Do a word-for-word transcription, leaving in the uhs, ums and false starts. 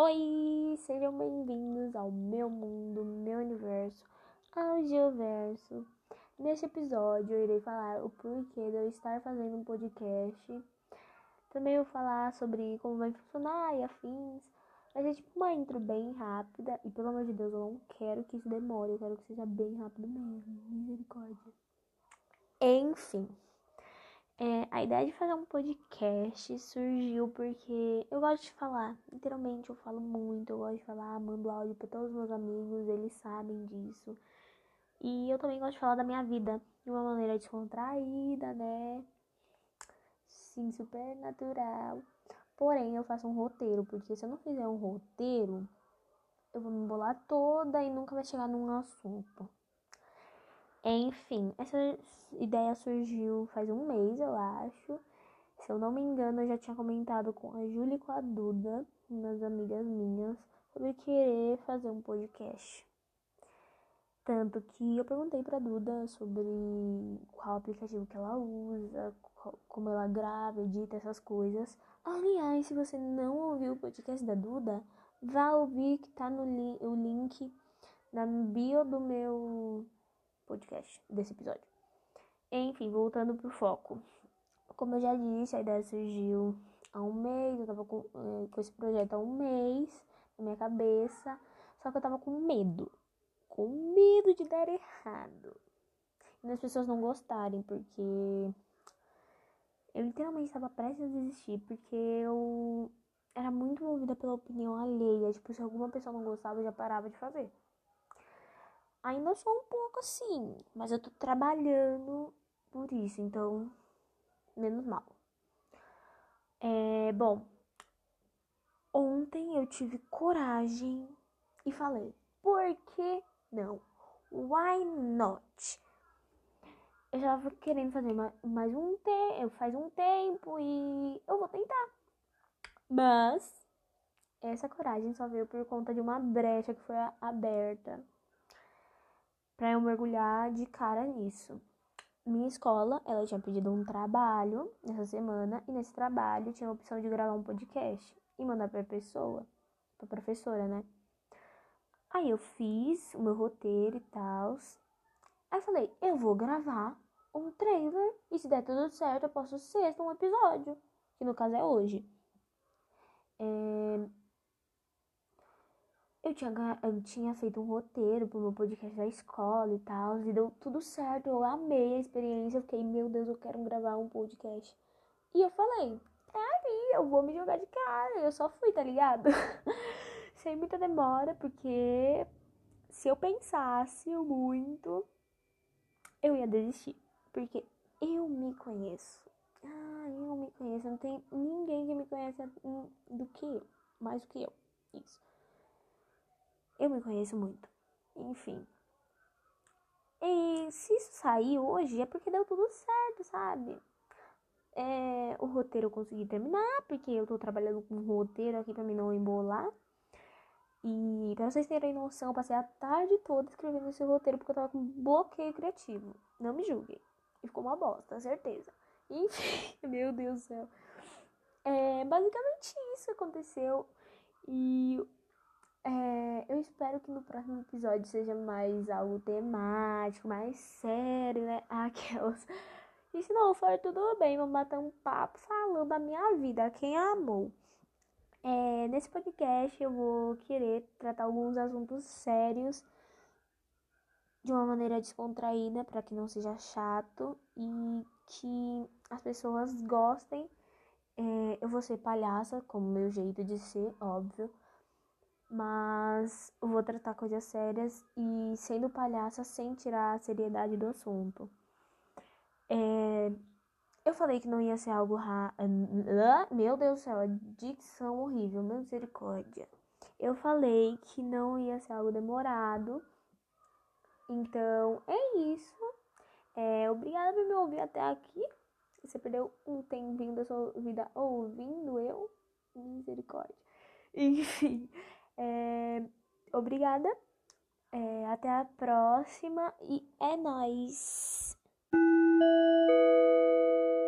Oi, sejam bem-vindos ao meu mundo, meu universo, Audioverso. Neste episódio eu irei falar o porquê de eu estar fazendo um podcast. Também vou falar sobre como vai funcionar e afins. Vai ser tipo uma intro bem rápida e pelo amor de Deus eu não quero que isso demore, eu quero que seja bem rápido mesmo, misericórdia. Enfim. É, a ideia de fazer um podcast surgiu porque eu gosto de falar, literalmente eu falo muito, eu gosto de falar, mando áudio para todos os meus amigos, eles sabem disso. E eu também gosto de falar da minha vida de uma maneira descontraída, né? Sim, super natural. Porém, eu faço um roteiro, porque se eu não fizer um roteiro, eu vou me embolar toda e nunca vai chegar num assunto. Enfim, essa ideia surgiu faz um mês, eu acho. Se eu não me engano, eu já tinha comentado com a Júlia e com a Duda, umas amigas minhas, sobre querer fazer um podcast. Tanto que eu perguntei pra Duda sobre qual aplicativo que ela usa, qual, como ela grava, edita, essas coisas. Aliás, se você não ouviu o podcast da Duda, vá ouvir que tá no li- o link na bio do meu podcast, desse episódio. Enfim, voltando pro foco. Como eu já disse, a ideia surgiu há um mês, eu tava com, eh, com esse projeto há um mês na minha cabeça, só que eu tava com medo, com medo de dar errado. E das pessoas não gostarem, porque eu literalmente estava prestes a desistir, porque eu era muito movida pela opinião alheia, tipo, se alguma pessoa não gostava, eu já parava de fazer. Ainda sou um pouco assim, mas eu tô trabalhando por isso, então, menos mal. É, bom, ontem eu tive coragem e falei, por que não? Why not? Eu já tava querendo fazer mais um tempo, faz um tempo e eu vou tentar. Mas essa coragem só veio por conta de uma brecha que foi aberta pra eu mergulhar de cara nisso. Minha escola, ela tinha pedido um trabalho nessa semana e nesse trabalho tinha a opção de gravar um podcast e mandar pra pessoa, pra professora, né? Aí eu fiz o meu roteiro e tal. Aí eu falei, eu vou gravar um trailer e se der tudo certo eu posto sexta um episódio, que no caso é hoje. É... Eu, tinha, eu tinha feito um roteiro pro meu podcast da escola e tal, e deu tudo certo, eu amei a experiência, eu fiquei, meu Deus, eu quero gravar um podcast. E eu falei, é ali, eu vou me jogar de cara, eu só fui, tá ligado? Sem muita demora, porque se eu pensasse muito, eu ia desistir. Porque eu me conheço. Ah, eu me conheço. Não tem ninguém que me conheça do que eu. Mais do que eu. Isso. Eu me conheço muito. Enfim. E se isso sair hoje é porque deu tudo certo, sabe? É, o roteiro eu consegui terminar, porque eu tô trabalhando com um roteiro aqui pra mim não embolar. E pra vocês terem noção, eu passei a tarde toda escrevendo esse roteiro porque eu tava com bloqueio criativo. Não me julguem. E ficou uma bosta, certeza. Enfim, meu Deus do céu. É basicamente isso que aconteceu. E é, eu espero que no próximo episódio seja mais algo temático, mais sério, né? Aquelas. E se não for, tudo bem, vamos bater um papo falando da minha vida, quem amou. É, nesse podcast eu vou querer tratar alguns assuntos sérios de uma maneira descontraída, para que não seja chato e que as pessoas gostem. É, eu vou ser palhaça, como meu jeito de ser, óbvio, mas eu vou tratar coisas sérias e sendo palhaça sem tirar a seriedade do assunto. É, eu falei que não ia ser algo ra... Meu Deus do céu, a dicção horrível, misericórdia. Eu falei que não ia ser algo demorado. Então, é isso. É, obrigada por me ouvir até aqui. Você perdeu um tempinho da sua vida ouvindo eu? Misericórdia. Enfim, é, obrigada. É, até a próxima e é nóis!